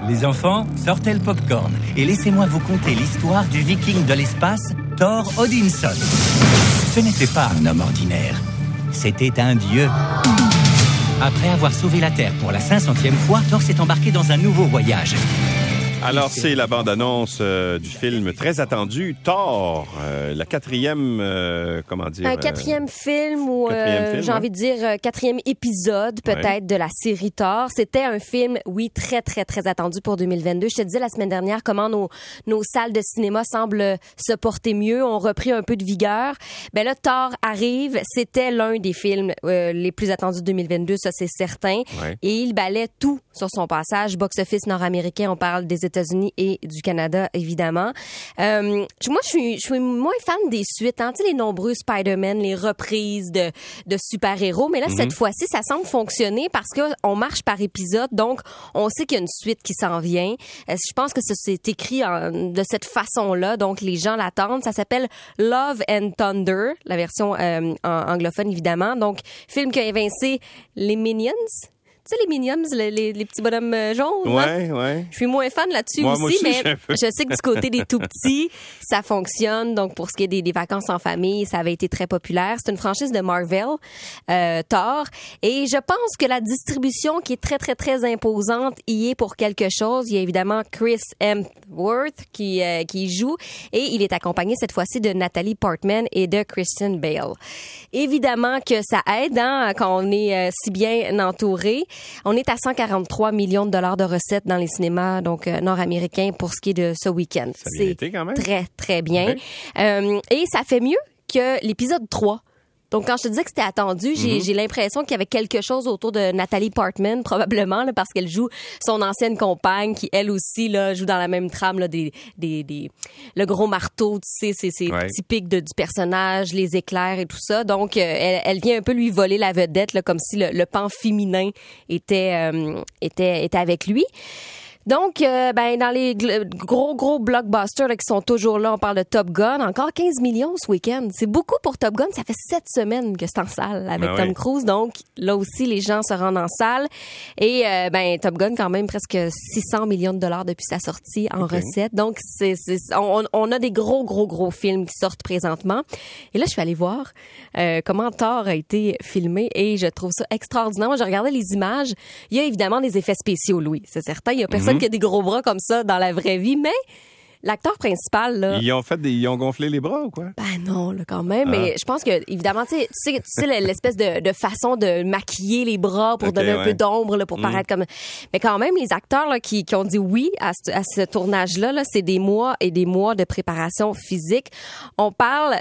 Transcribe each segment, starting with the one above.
Les enfants, sortez le popcorn et laissez-moi vous conter l'histoire du viking de l'espace, Thor Odinson. Ce n'était pas un homme ordinaire, c'était un dieu. Après avoir sauvé la Terre pour la 500e fois, Thor s'est embarqué dans un nouveau voyage. Alors, c'est la bande-annonce du film très attendu, Thor, la quatrième, comment dire... Un quatrième film ou, j'ai envie de dire, quatrième épisode peut-être de la série Thor. C'était un film, oui, très, très, très attendu pour 2022. Je te disais la semaine dernière comment nos salles de cinéma semblent se porter mieux, ont repris un peu de vigueur. Ben là, Thor arrive. C'était l'un des films les plus attendus de 2022, ça c'est certain. Ouais. Et il balait tout sur son passage. Box-office nord-américain, on parle des États-Unis et du Canada, évidemment. Moi, je suis moins fan des suites, hein. Tu sais, les nombreux Spider-Man, les reprises de super-héros. Mais là, cette fois-ci, ça semble fonctionner parce qu'on marche par épisode. Donc, on sait qu'il y a une suite qui s'en vient. Je pense que c'est écrit de cette façon-là. Donc, les gens l'attendent. Ça s'appelle Love and Thunder, la version en anglophone, évidemment. Donc, film qui a évincé les Minions. Tu sais, les Minions, les petits bonhommes jaunes. Ouais, hein? ouais. Je suis moins fan là-dessus moi aussi, mais je sais que du côté des tout-petits, ça fonctionne. Donc, pour ce qui est des vacances en famille, ça avait été très populaire. C'est une franchise de Marvel, Thor. Et je pense que la distribution qui est très, très, très imposante y est pour quelque chose. Il y a évidemment Chris Hemsworth qui joue. Et il est accompagné cette fois-ci de Natalie Portman et de Christian Bale. Évidemment que ça aide hein, quand on est si bien entouré. On est à 143 millions de dollars de recettes dans les cinémas donc nord-américains pour ce qui est de ce week-end. C'est quand même très, très bien. Okay. Et ça fait mieux que l'épisode 3. Donc, quand je te disais que c'était attendu, j'ai l'impression qu'il y avait quelque chose autour de Natalie Portman, probablement, là, parce qu'elle joue son ancienne compagne, qui, elle aussi, là, joue dans la même trame, là, le gros marteau, tu sais, c'est typique du personnage, les éclairs et tout ça. Donc, elle vient un peu lui voler la vedette, là, comme si le pan féminin était avec lui. Donc, dans les gros blockbusters là, qui sont toujours là, on parle de Top Gun, encore 15 millions ce week-end. C'est beaucoup pour Top Gun. Ça fait 7 semaines que c'est en salle avec Tom Cruise. Donc, là aussi, les gens se rendent en salle. Et Top Gun, quand même, presque 600 millions de dollars depuis sa sortie en recettes. Donc, on a des gros films qui sortent présentement. Et là, je suis allée voir comment Thor a été filmé et je trouve ça extraordinaire. Moi, je regardais les images. Il y a évidemment des effets spéciaux, Louis. C'est certain. Il y a personne qui a des gros bras comme ça dans la vraie vie, mais l'acteur principal, là... Ils ont gonflé les bras ou quoi? Ben non, là, quand même. Mais je pense que, évidemment, tu sais l'espèce de façon de maquiller les bras pour donner un peu d'ombre, là, pour paraître comme... Mais quand même, les acteurs, là, qui ont dit oui à ce tournage-là, là, c'est des mois et des mois de préparation physique. On parle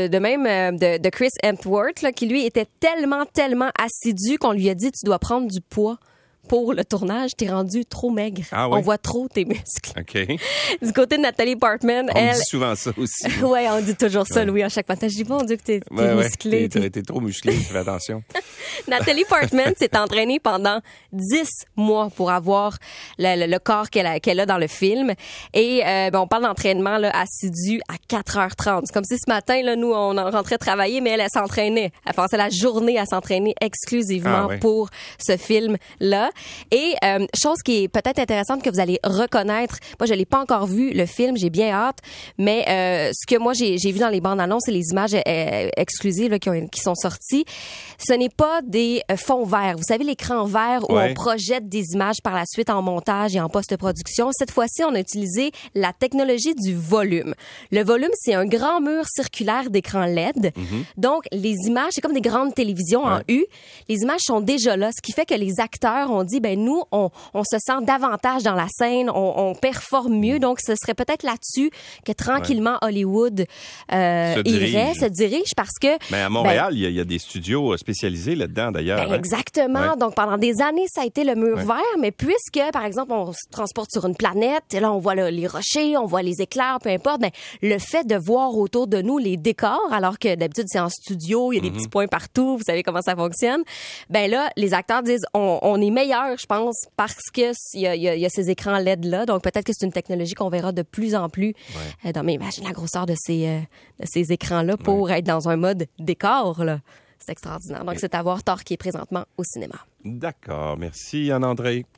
de Chris Hemsworth, là, qui lui était tellement assidu qu'on lui a dit, tu dois prendre du poids. Pour le tournage, t'es rendu trop maigre. Ah oui? On voit trop tes muscles. OK. Du côté de Natalie Portman, on dit souvent ça aussi. Oui, on dit toujours ça, Louis, à chaque fois. Je dis, bon Dieu, que t'es musclé. T'es trop musclé, fais attention. Nathalie Portman s'est entraînée pendant 10 mois pour avoir le corps qu'elle a dans le film. Et on parle d'entraînement là, assidu à 4h30. C'est comme si ce matin, là, nous, on rentrait travailler, mais elle s'entraînait. Elle passait la journée à s'entraîner exclusivement pour ce film-là. Et chose qui est peut-être intéressante que vous allez reconnaître, moi je l'ai pas encore vu le film, j'ai bien hâte, mais ce que moi j'ai vu dans les bandes annonces et les images exclusives là, qui sont sorties, ce n'est pas des fonds verts. Vous savez l'écran vert où on projette des images par la suite en montage et en post-production. Cette fois-ci, on a utilisé la technologie du volume. Le volume, c'est un grand mur circulaire d'écran LED. Donc les images, c'est comme des grandes télévisions en U. Les images sont déjà là, ce qui fait que les acteurs ont dit, nous, on se sent davantage dans la scène, on performe mieux. Donc, ce serait peut-être là-dessus que tranquillement Hollywood se dirige parce que... Mais à Montréal, il y a des studios spécialisés là-dedans, d'ailleurs. Exactement. Donc, pendant des années, ça a été le mur vert. Mais puisque, par exemple, on se transporte sur une planète, et là, on voit les rochers, on voit les éclairs, peu importe, le fait de voir autour de nous les décors, alors que d'habitude, c'est en studio, il y a des petits points partout, vous savez comment ça fonctionne, là, les acteurs disent, on est meilleur, je pense, parce que il y a ces écrans LED-là. Donc, peut-être que c'est une technologie qu'on verra de plus en plus. Mais imagine la grosseur de ces écrans-là pour être dans un mode décor, là. C'est extraordinaire. Donc, c'est à voir Thor qui est présentement au cinéma. D'accord. Merci, Anne-André.